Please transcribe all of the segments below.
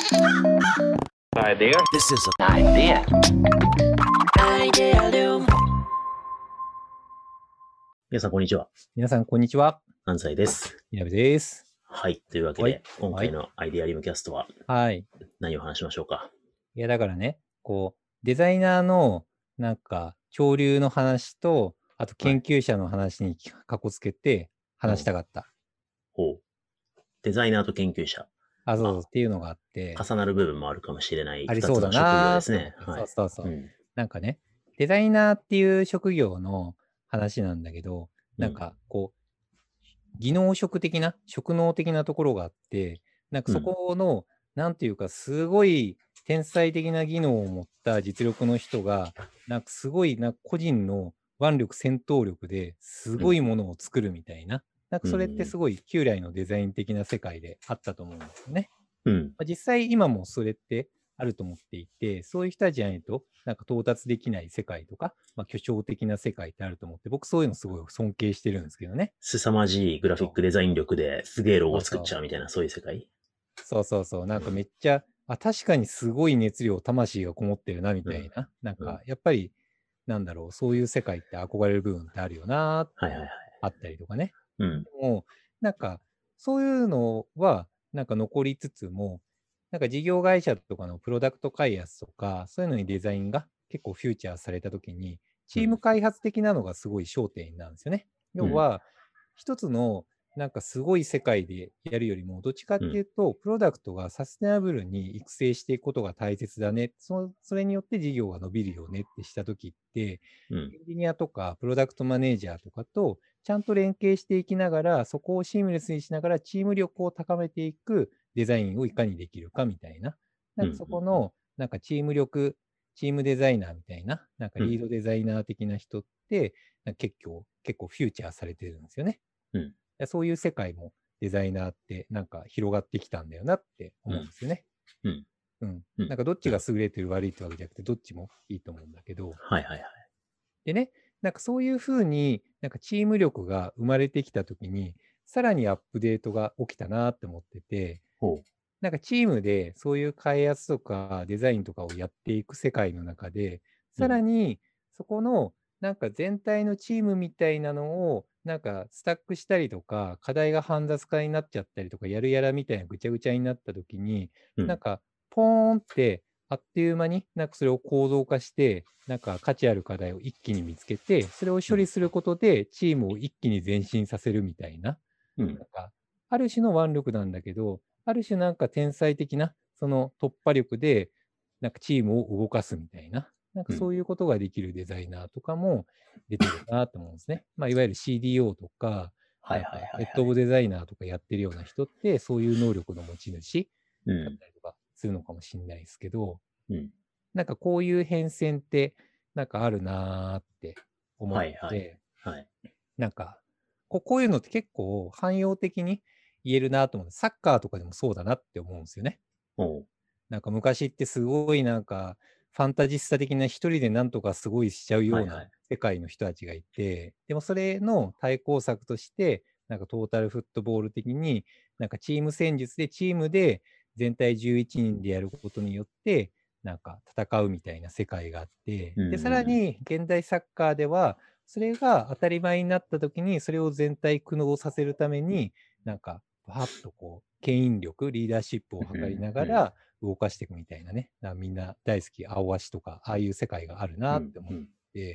Idea. This is an idea. Idealum. 皆さん、こんにちは。 皆さん、こんにちは。 安西です。 みなべです。 はい。というわけはいで、今回のアイデアリムキャストははい。 何を話しましょうか。 いや、だからね、デザイナーの、潮流の話と、あと研究者の話にかこつけて話したかった。 ほう。デザイナーと研究者。 そうっていうのがあって。 重なる部分もあるかもしれないありそうだ二つの職業なですね。 はい。そう。 うんなんかね、デザイナーっていう職業の話なんだけど、技能職的な、職能的なところがあって、そこの、なんていうか、すごい天才的な技能を持った実力の人が、すごい個人の腕力、戦闘力ですごいものを作るみたいな、それってすごい旧来のデザイン的な世界であったと思うんですよね。実際今もそれってあると思っていて、そういう人たちじゃないと到達できない世界とか、巨匠的な世界ってあると思って、僕そういうのすごい尊敬してるんですけどね。 凄まじいグラフィックデザイン力ですげえロゴを作っちゃうみたいな、そういう世界。 そう。めっちゃ、確かにすごい熱量、魂がこもってるなみたいな。やっぱり、そういう世界って憧れる部分ってあるよなーってあったりとかね。でも、そういうのは、残りつつも、事業会社とかのプロダクト開発とか、そういうのにデザインが結構フューチャーされたときに、チーム開発的なのがすごい焦点なんですよね。要は、一つのすごい世界でやるよりも、どっちかっていうと、プロダクトがサステナブルに育成していくことが大切だね。それによって事業が伸びるよねってしたときって、エンジニアとかプロダクトマネージャーとかとちゃんと連携していきながら、そこをシームレスにしながらチーム力を高めていくデザインをいかにできるかみたいな。そこのチーム力、チームデザイナーみたいな、リードデザイナー的な人って、結構フューチャーされてるんですよね。そういう世界もデザイナーって広がってきたんだよなって思うんですよね。どっちが優れてる悪いってわけじゃなくて、どっちもいいと思うんだけど。でね、そういうふうにチーム力が生まれてきたときに、さらにアップデートが起きたなって思ってて、チームでそういう開発とかデザインとかをやっていく世界の中で、さらにそこの全体のチームみたいなのをスタックしたりとか、課題が煩雑化になっちゃったりとか、やるやらみたいなぐちゃぐちゃになったときに、ポーンってあっという間にそれを構造化して、価値ある課題を一気に見つけて、それを処理することでチームを一気に前進させるみたいな、ある種の腕力なんだけど、ある種天才的なその突破力でチームを動かすみたいな、そういうことができるデザイナーとかも出てるなと思うんですね。いわゆる CDO とか、ヘッドオブデザイナーとかやってるような人って、そういう能力の持ち主だったりとかするのかもしれないですけど、こういう変遷ってあるなって思って、こういうのって結構汎用的に言えるなと思う。サッカーとかでもそうだなって思うんですよね。昔ってすごいファンタジスタ的な一人でなんとかすごいしちゃうような世界の人たちがいて、でもそれの対抗策として、トータルフットボール的にチーム戦術でチームで全体11人でやることによって戦うみたいな世界があって、でさらに現代サッカーではそれが当たり前になった時にそれを全体苦悩させるためにバーッと牽引力、リーダーシップを図りながら動かしていくみたいなね、みんな大好き青足とかああいう世界があるなって思って、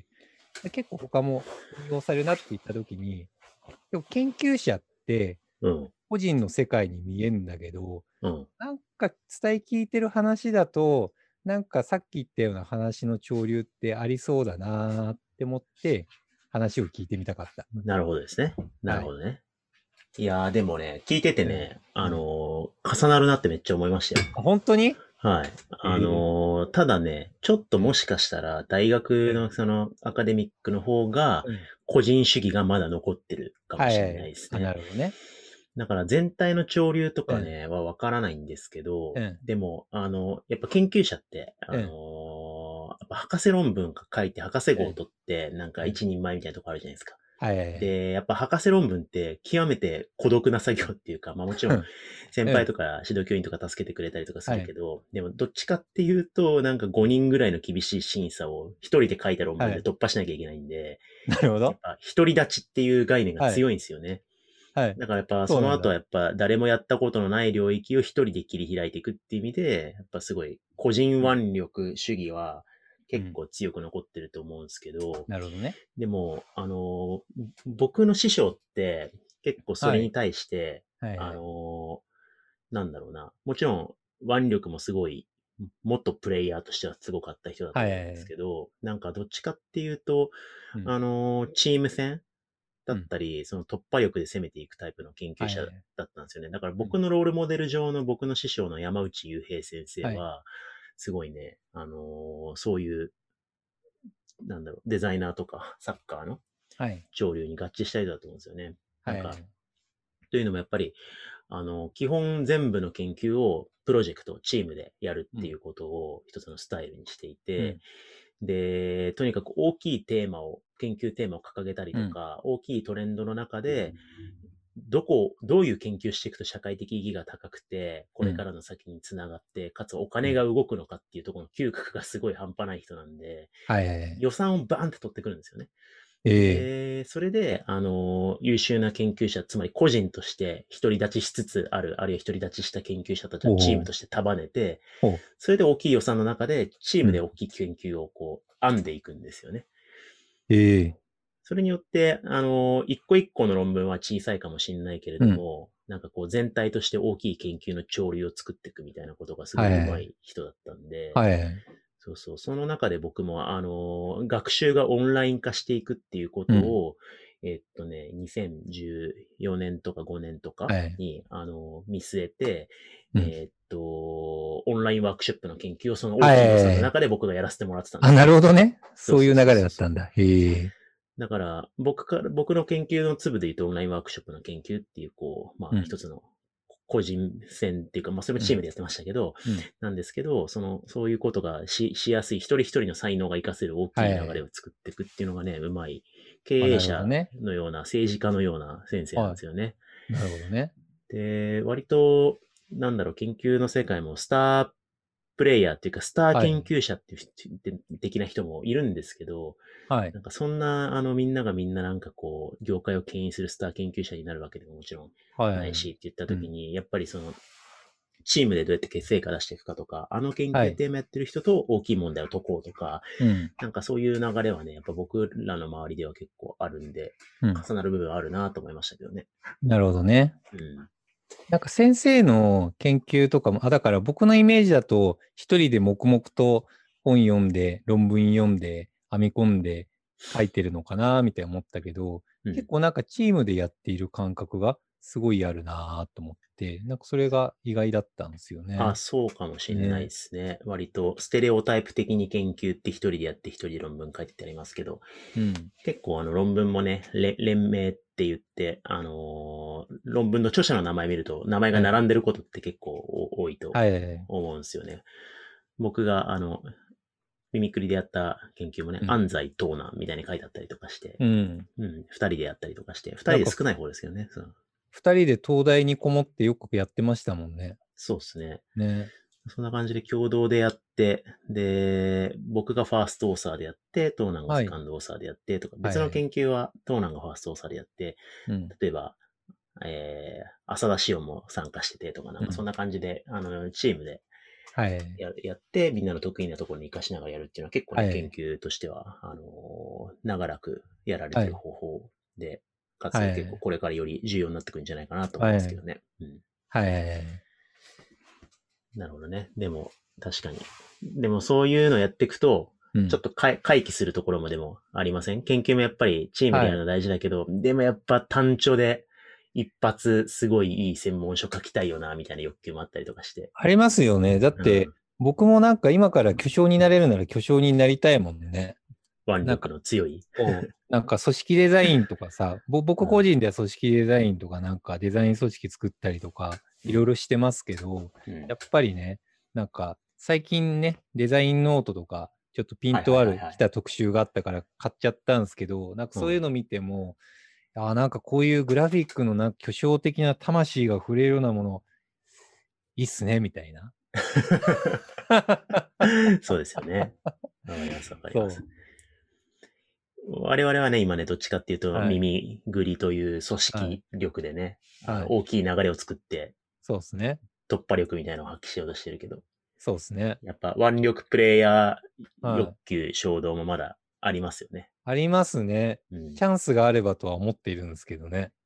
結構他も運用されるなって言った時に、でも研究者って個人の世界に見えんだけど、伝え聞いてる話だとさっき言ったような話の潮流ってありそうだなって思って話を聞いてみたかった。 なるほどですね。なるほどね。いやーでもね、聞いててね、重なるなってめっちゃ思いましたよ。 本当に？ はい。ただね、ちょっともしかしたら大学のそのアカデミックの方が個人主義がまだ残ってるかもしれないですね。 なるほどね。 だから全体の潮流とかね、はわからないんですけど、でも、やっぱ研究者って、やっぱ博士論文書いて博士号を取って、一人前みたいなとこあるじゃないですか。 はいはいはい。 で、やっぱ博士論文って極めて孤独な作業っていうか、まあもちろん先輩とか指導教員とか助けてくれたりとかすはい。 るけど、でもどっちかっていうと、なんか5人ぐらいの厳しい審査を一人で書いた論文ではい。 突破しなきゃいけないんで、 なるほど。 やっぱ独り立ちっていう概念がはい。 強いんですよね。 はい。 だからやっぱそのそうなんだ。 後はやっぱ誰もやったことのない領域を一人で切り開いていくっていう意味で、やっぱすごい個人うん。 腕力主義はうん。 結構強く残ってると思うんですけど、 なるほどね。 でも、僕の師匠って結構そはい。 れに対して、あはいはい。 の、なんだろうな、もちろん腕力もすごい、もっとプレイヤーとしてはすごかった人だとはい思うんですはいはい。 けど、なんかどっちかっていうと、 うん。 チーム戦だうん。 ったり、その突破力で攻めていくタイプの研究者はいはいはい。 だったんですよね。だからうん。 僕のロールモデル上の僕の師匠の山内雄平先生はい。 は、すごいね、そういう、デザイナーとかサッカーのはい。 潮流に合致した人だと思うんですよね。なんか、 はいはい。 というのもやっぱり、基本全部の研究をプロジェクト、チームでやるうん。 っていうことを一つのスタイルにしていて、 うん。 で、とにかく大きいテーマを、研究テーマを掲げたりうん。 とか、大きいトレンドの中で、どういう研究していくと社会的意義が高くて、こうん。 れからの先につながって、かつお金うん。 が動くのかっていうところの嗅覚がすごい半端ない人なんで、 はいはいはい。 予算をバーンって取ってくるんですよね。 ええ。 で、それで、優秀な研究者、つまり個人として独り立ちしつつある、あるいは独り立ちした研究者たちおをチームお。 として束ねて、 おう。 それで大きい予算の中で、チーうん。 ムで大きい研究をこう、編んでいくんですよね。 ええ。 それによって、一個一個の論文は小さいかもしれないけれうん。 ども、なんかこう全体として大きい研究の潮流を作っていくみたいなことがすごい上手はいはいはい。 い人だったんで、 はいはいはい。 そうそう。その中で僕も、学習がオンライン化していくっていうこうん。 とを、2014年とか5年とかはい。 に、見据えて、 うん。 オンラインワークショップの研究をその大はいきい予算のはいはい。 中で僕がやらせてもらってたんであ、なるすね。 ほどね。 そうそうそういう流れそうそうそう。 だったんだ。へえ。 だから、僕の研究の粒で言うとオンラインワークショップの研究っていう、こう、まあ、 うん。 一つの個人戦っていうか、まあ、それもうん。 チームでやってましたけど、 うん。 なんですけど、そういうことがしやすい、一人一人の才能が活かせる大きい流れをはいはいはい。 作っていくっていうのがね、うまいあ、なるほど経営者ね。 のような、政治家のような先生なんではすよね。 い。なるほどね。 で、割と、研究の世界もスタープレイヤーっていうか、スターはい。 研究者っていう的な人もいるんですけど、 はい。 なんかそんな、みんながみんななんかこう、業界を牽引するスター研究者になるわけでももちろんはい。 ないしって言ったうん。 時に、やっぱりチームでどうやって成果出していくかとか、あの研はい。 究テーマやってる人と大きい問題を解こうとか、 うん。 なんかそういう流れはね、やっぱ僕らの周りでは結構あるんで、 うん。 重なる部分はあるなと思いましたけどね。 なるほどね。 うん。 なんか先生の研究とかも、だから僕のイメージだと、一人で黙々と本読んで、論文読んで、編み込んで書いてるのかな、みたいに思ったけど、 うん。 結構なんかチームでやっている感覚がすごいあるなと思って、なんかそれが意外だったんですよあ、 ね。 そうかもしれないでね。 すね。割と、ステレオタイプ的に研究って一人でやって一人で論文書いてってありますけど、 うん。 結構論文もね、連名って言って、論文の著者の名前見ると、名前がはい。 並んでることって結構多いとはい。 思うんですよね。僕が、ミミクリでやった研究もね、 うん。 安西東南みたいに書いてあったりとかして、 うん。 うん、二人でやったりとかして、二人なんかで少ない方ですけどね。 二人で東大にこもってよくやってましたもんね。 そうですね。 ね。 そんな感じで共同でやって、で、僕がファーストオーサーでやって、東南がはい。 セカンドオーサーでやってとか、別のはい。 研究は東南がファーストオーサーでやって、 うん。 例えば、浅田潮も参加しててとか、なんうん。 かそんな感じで、チームではい。 やって、みんなの得意なところに活かしながらやるっていうのは結構ね、研はい。 究としては、長らくやられてるはい。 方法で、かはつ結構い。 これからより重要になってくるんじゃないかなと思いはい。 ますけどね。うん。 はい。 なるほどね。でも、確かに。でもそういうのやっていくと、 うん。 ちょっと回帰するところもでもありません？研究もやっぱりチームではい。 やるの大事だけど、でもやっぱ単調で一発すごいいい専門書書きたいよな、みたいな欲求もあったりとかして。 ありますよね。だっうん。 て、僕もなんか今から巨匠になれるなら巨匠になりたいもんね。 腕力なんか、 の強い。 なんか組織デザインとかさ、僕個うん。 人では組織デザインとかなんかデザイン組織作ったりとか、 うん。 いろいろしてますけど、 うん。 やっぱりね、なんか最近ね、デザインノートとかちょっとピントある来た特集があったから買っちゃったんですけど、なんかそういうの見ても、なんかこういうグラフィックのなんか巨匠的な魂が触れるようなもの、いいっすね、みたいな。 そうですよね。わかります、わかります。我々はね、今ね、どっちかっていうと、耳ぐりという組織力でね、大きい流れを作って、 そうですね。 突破力みたいなのを発揮しようとしてるけど、 そうですね。 やっぱ腕力プレイヤー欲求、衝動もまだありますよね。 ありますね。チャンスがあればとは思っているんですけどね。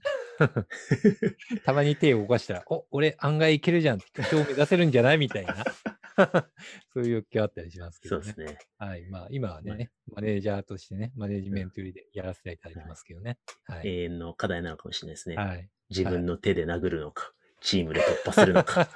たまに手を動かしたら、俺案外いけるじゃん。巨匠を目指せるんじゃないみたいな。そういう欲求あったりしますけどね。 そうですね。 はい。まあ、今はね、マネージャーとしてね、マネジメントよりでやらせていただいてますけどね。 永遠の課題なのかもしれないですね。 はい。 自分の手で殴るのか、チームで突破するのか。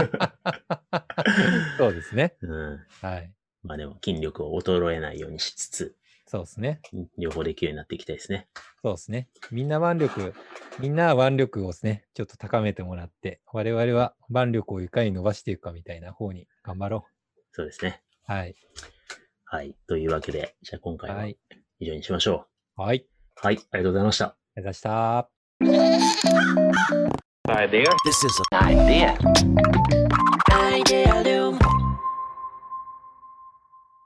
そうですね。 はい。まあでも筋力を衰えないようにしつつ、 そうですね。 両方できるようになっていきたいですね。 そうですね。みんなは腕力をですね、ちょっと高めてもらって、我々は腕力をいかに伸ばしていくかみたいな方に頑張ろう。 そうですね。 はい。 はい。というわけで、じゃあ今回は以上にしましょう。はい。 はい。ありがとうございました。 ありがとうございました。 Idea. This is an idea. Idea.